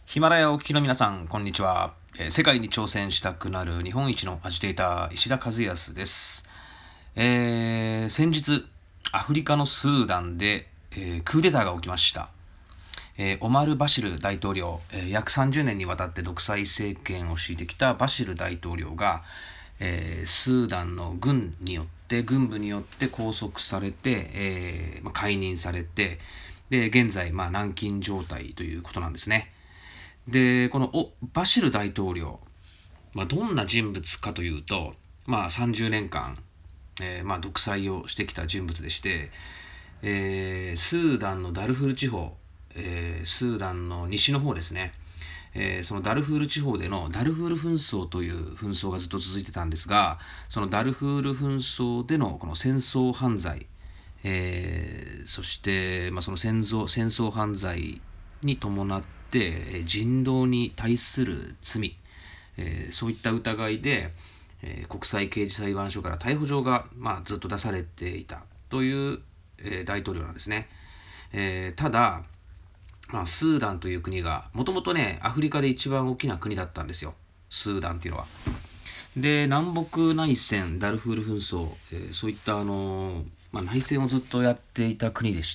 ヒマラヤをお聞きの皆さん、こんにちは。世界に挑戦したくなる日本一のアジテーター、石田和康です。先日、アフリカのスーダンで、クーデターが起きました。オマル・バシル大統領、約30年にわたって独裁政権を敷いてきたバシル大統領が、スーダンの軍部によって拘束されて、解任されて、で現在、軟禁状態ということなんですね。でこのバシル大統領、どんな人物かというと、30年間、独裁をしてきた人物でして、スーダンのダルフール地方、スーダンの西の方ですね、そのダルフール地方でのダルフール紛争という紛争がずっと続いてたんですが、そのダルフール紛争でのこの戦争犯罪、そして、その戦争犯罪に伴って人道に対する罪、そういった疑いで、国際刑事裁判所から逮捕状が、ずっと出されていたという、大統領なんですね。ただ、スーダンという国がもともとね、アフリカで一番大きな国だったんですよ、スーダンっていうのは。で南北内戦、ダルフール紛争、そういった内戦をずっとやっていた国でして、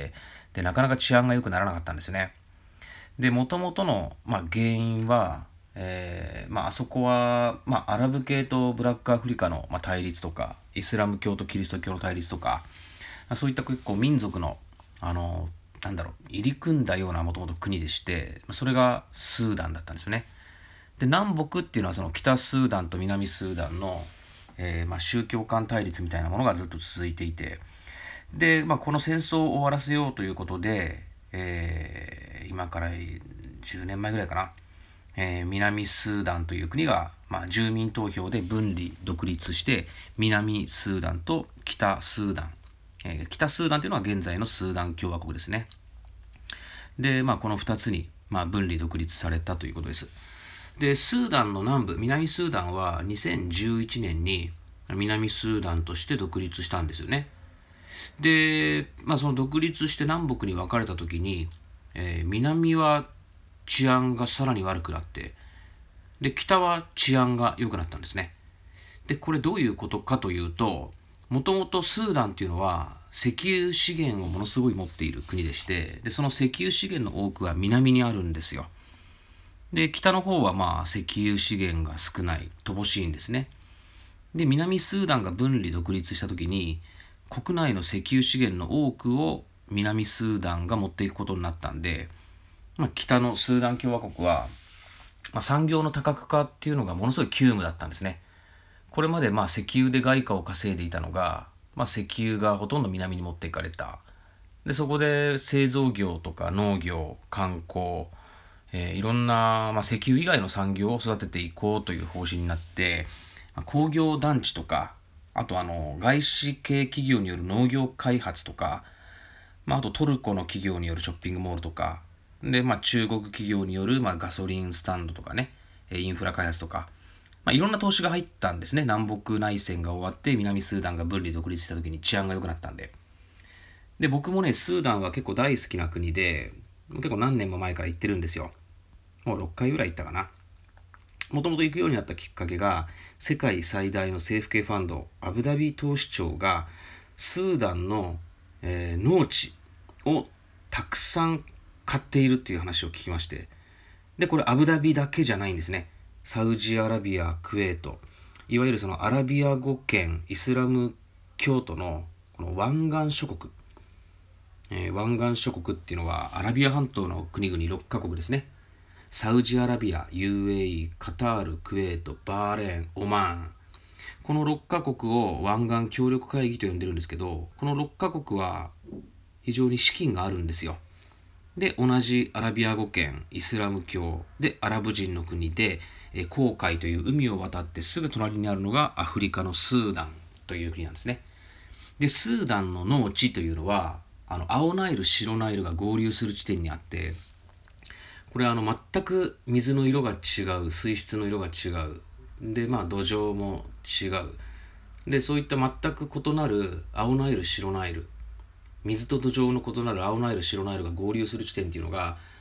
でなかなか治安が良くならなかったんですよね。でもともとの、原因は、あそこは、アラブ系とブラックアフリカの、対立とか、イスラム教とキリスト教の対立とか、そういった結構民族の入り組んだようなもともと国でして、それがスーダンだったんですよね。で南北っていうのはその北スーダンと南スーダンの、宗教間対立みたいなものがずっと続いていて、で、この戦争を終わらせようということで、今から10年前ぐらいかな、南スーダンという国が、住民投票で分離独立して南スーダンと北スーダン、北スーダンというのは現在のスーダン共和国ですね。で、この2つに、分離独立されたということです。でスーダンの南部、南スーダンは2011年に南スーダンとして独立したんですよね。で、その独立して南北に分かれた時に、南は治安がさらに悪くなって、で北は治安が良くなったんですね。でこれどういうことかというと、もともとスーダンっていうのは石油資源をものすごい持っている国でして、でその石油資源の多くは南にあるんですよ。で北の方は石油資源が少ない、乏しいんですね。で南スーダンが分離独立した時に、国内の石油資源の多くを南スーダンが持っていくことになったんで、北のスーダン共和国は、産業の多角化っていうのがものすごい急務だったんですね。これまで石油で外貨を稼いでいたのが、石油がほとんど南に持っていかれた。でそこで製造業とか農業、観光、いろんな、石油以外の産業を育てていこうという方針になって、工業団地とか、あと外資系企業による農業開発とか、あとトルコの企業によるショッピングモールとかで、中国企業による、ガソリンスタンドとかね、インフラ開発とか、いろんな投資が入ったんですね。南北内戦が終わって南スーダンが分離独立した時に治安が良くなったんで。で僕もね、スーダンは結構大好きな国で、結構何年も前から行ってるんですよ。もう6回ぐらい行ったかな。もともと行くようになったきっかけが、世界最大の政府系ファンドアブダビ投資庁がスーダンの、農地をたくさん買っているっていう話を聞きまして、でこれアブダビだけじゃないんですね。サウジアラビア、クウェート、いわゆるそのアラビア語圏イスラム教徒のこの湾岸諸国、湾岸諸国っていうのはアラビア半島の国々6カ国ですね。サウジアラビア、UAE、カタール、クウェート、バーレーン、オマーン、この6カ国を湾岸協力会議と呼んでるんですけど、この6カ国は非常に資金があるんですよ。で同じアラビア語圏イスラム教でアラブ人の国で、紅海という海を渡ってすぐ隣にあるのがアフリカのスーダンという国なんですね。でスーダンの農地というのは青ナイル、白ナイルが合流する地点にあって、これは全く水の色が違う、水質の色が違う、で土壌も違う、でそういった全く異なる青ナイル、白ナイル、水と土壌の異なる青ナイル、白ナイルが合流する地点っていうのが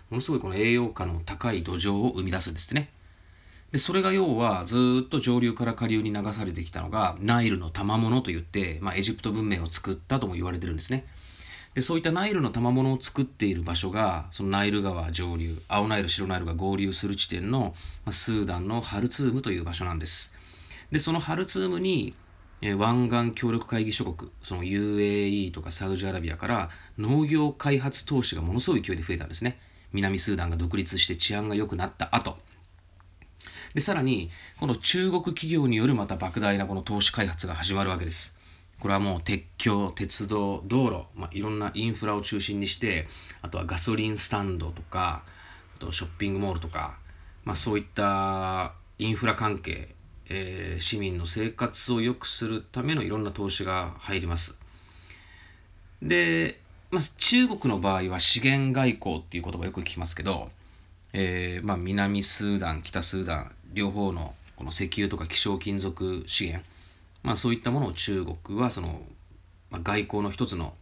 ものすごいこの栄養価の高い土壌を生み出すんですね。でそれが要はずっと上流から下流に流されてきたのがナイルの賜物といって、エジプト文明を作ったとも言われてるんですね。でそういったナイルの賜物を作っている場所がそのナイル川上流、青ナイル白ナイルが合流する地点のスーダンのハルツームという場所なんです。でそのハルツームに湾岸協力会議諸国、その UAE とかサウジアラビアから農業開発投資がものすごい勢いで増えたんですね。南スーダンが独立して治安が良くなった後で、さらにこの中国企業によるまた莫大なこの投資開発が始まるわけです。これはもう鉄橋、鉄道、道路、いろんなインフラを中心にして、あとはガソリンスタンドとか、あとショッピングモールとか、そういったインフラ関係、市民の生活を良くするためのいろんな投資が入ります。で、中国の場合は資源外交っていう言葉をよく聞きますけど、南スーダン、北スーダン両方のこの石油とか希少金属資源、そういったものを中国はその、外交の一つの、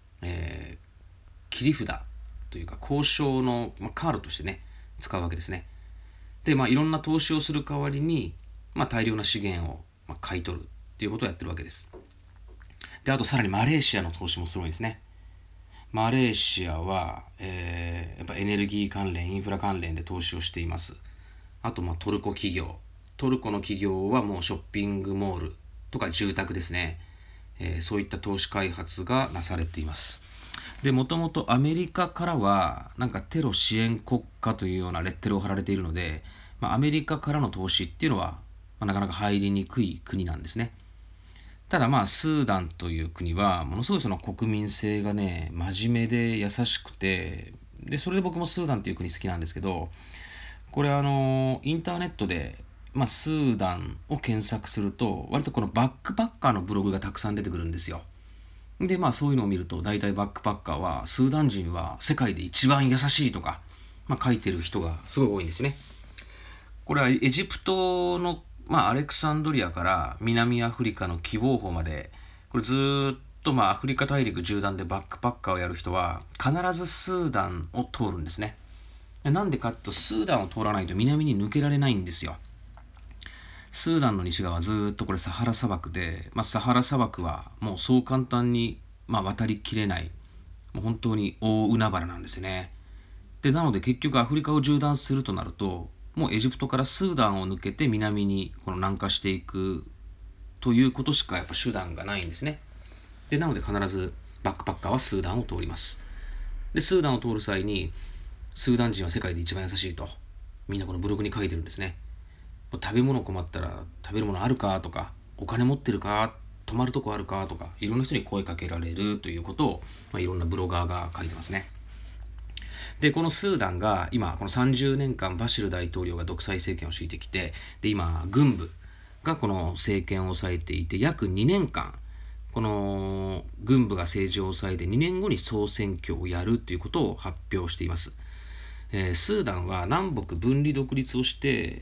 切り札というか交渉の、カードとしてね使うわけですね。で、いろんな投資をする代わりに、大量な資源を、買い取るっていうことをやってるわけです。で、あとさらにマレーシアの投資もすごいですね。マレーシアは、やっぱエネルギー関連、インフラ関連で投資をしています。あとトルコ企業、トルコの企業はもうショッピングモールとか住宅ですね、そういった投資開発がなされています。で、もともとアメリカからはなんかテロ支援国家というようなレッテルを貼られているので、アメリカからの投資っていうのは、なかなか入りにくい国なんですね。ただスーダンという国はものすごいその国民性がね真面目で優しくて、でそれで僕もスーダンという国好きなんですけど、これインターネットで、スーダンを検索すると割とこのバックパッカーのブログがたくさん出てくるんですよ。でそういうのを見ると大体バックパッカーはスーダン人は世界で一番優しいとか、書いてる人がすごい多いんですよね。これはエジプトのアレクサンドリアから南アフリカの喜望峰まで、これずっとアフリカ大陸縦断でバックパッカーをやる人は必ずスーダンを通るんですね。なんでかっていうと、スーダンを通らないと南に抜けられないんですよ。スーダンの西側はずっとこれサハラ砂漠で、サハラ砂漠はもうそう簡単に渡りきれない、もう本当に大海原なんですよね。でなので結局アフリカを縦断するとなると、もうエジプトからスーダンを抜けて南にこの南下していくということしかやっぱ手段がないんですね。でなので必ずバックパッカーはスーダンを通ります。でスーダンを通る際にスーダン人は世界で一番優しいとみんなこのブログに書いてるんですね。食べ物困ったら食べるものあるかとか、お金持ってるか、泊まるとこあるかとか、いろんな人に声かけられるということを、いろんなブロガーが書いてますね。でこのスーダンが今この30年間バシル大統領が独裁政権を敷いてきて、で今軍部がこの政権を抑えていて、約2年間この軍部が政治を抑えて2年後に総選挙をやるということを発表しています。スーダンは南北分離独立をして、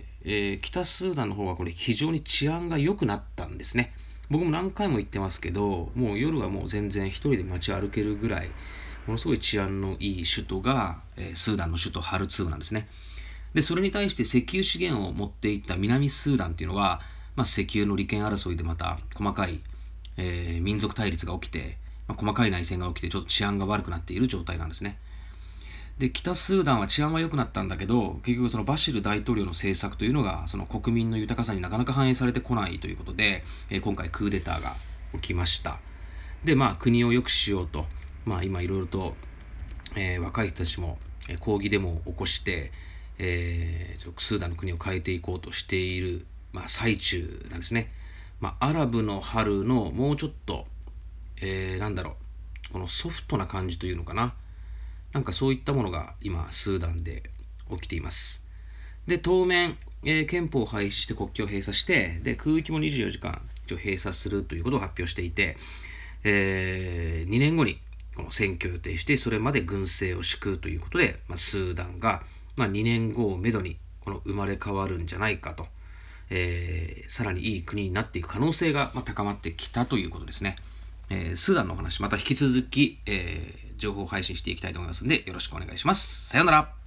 北スーダンの方はこれ非常に治安が良くなったんですね。僕も何回も言ってますけど、もう夜はもう全然一人で街歩けるぐらいものすごい治安のいい首都が、スーダンの首都ハルツームなんですね。でそれに対して石油資源を持っていった南スーダンっていうのは、石油の利権争いでまた細かい、民族対立が起きて、細かい内戦が起きてちょっと治安が悪くなっている状態なんですね。で北スーダンは治安は良くなったんだけど、結局そのバシル大統領の政策というのがその国民の豊かさになかなか反映されてこないということで、今回クーデターが起きました。で国を良くしようと、今いろいろと、若い人たちも抗議デモを起こして、スーダンの国を変えていこうとしている、最中なんですね。アラブの春のもうちょっと、このソフトな感じというのかな、なんかそういったものが今スーダンで起きています。で当面、憲法を廃止して国境を閉鎖して、で空域も24時間一応閉鎖するということを発表していて、2年後にこの選挙を予定して、それまで軍政を敷くということで、スーダンが、2年後をめどにこの生まれ変わるんじゃないかと、さらにいい国になっていく可能性が高まってきたということですね。スーダンのお話また引き続き、情報配信していきたいと思いますのでよろしくお願いします。さようなら。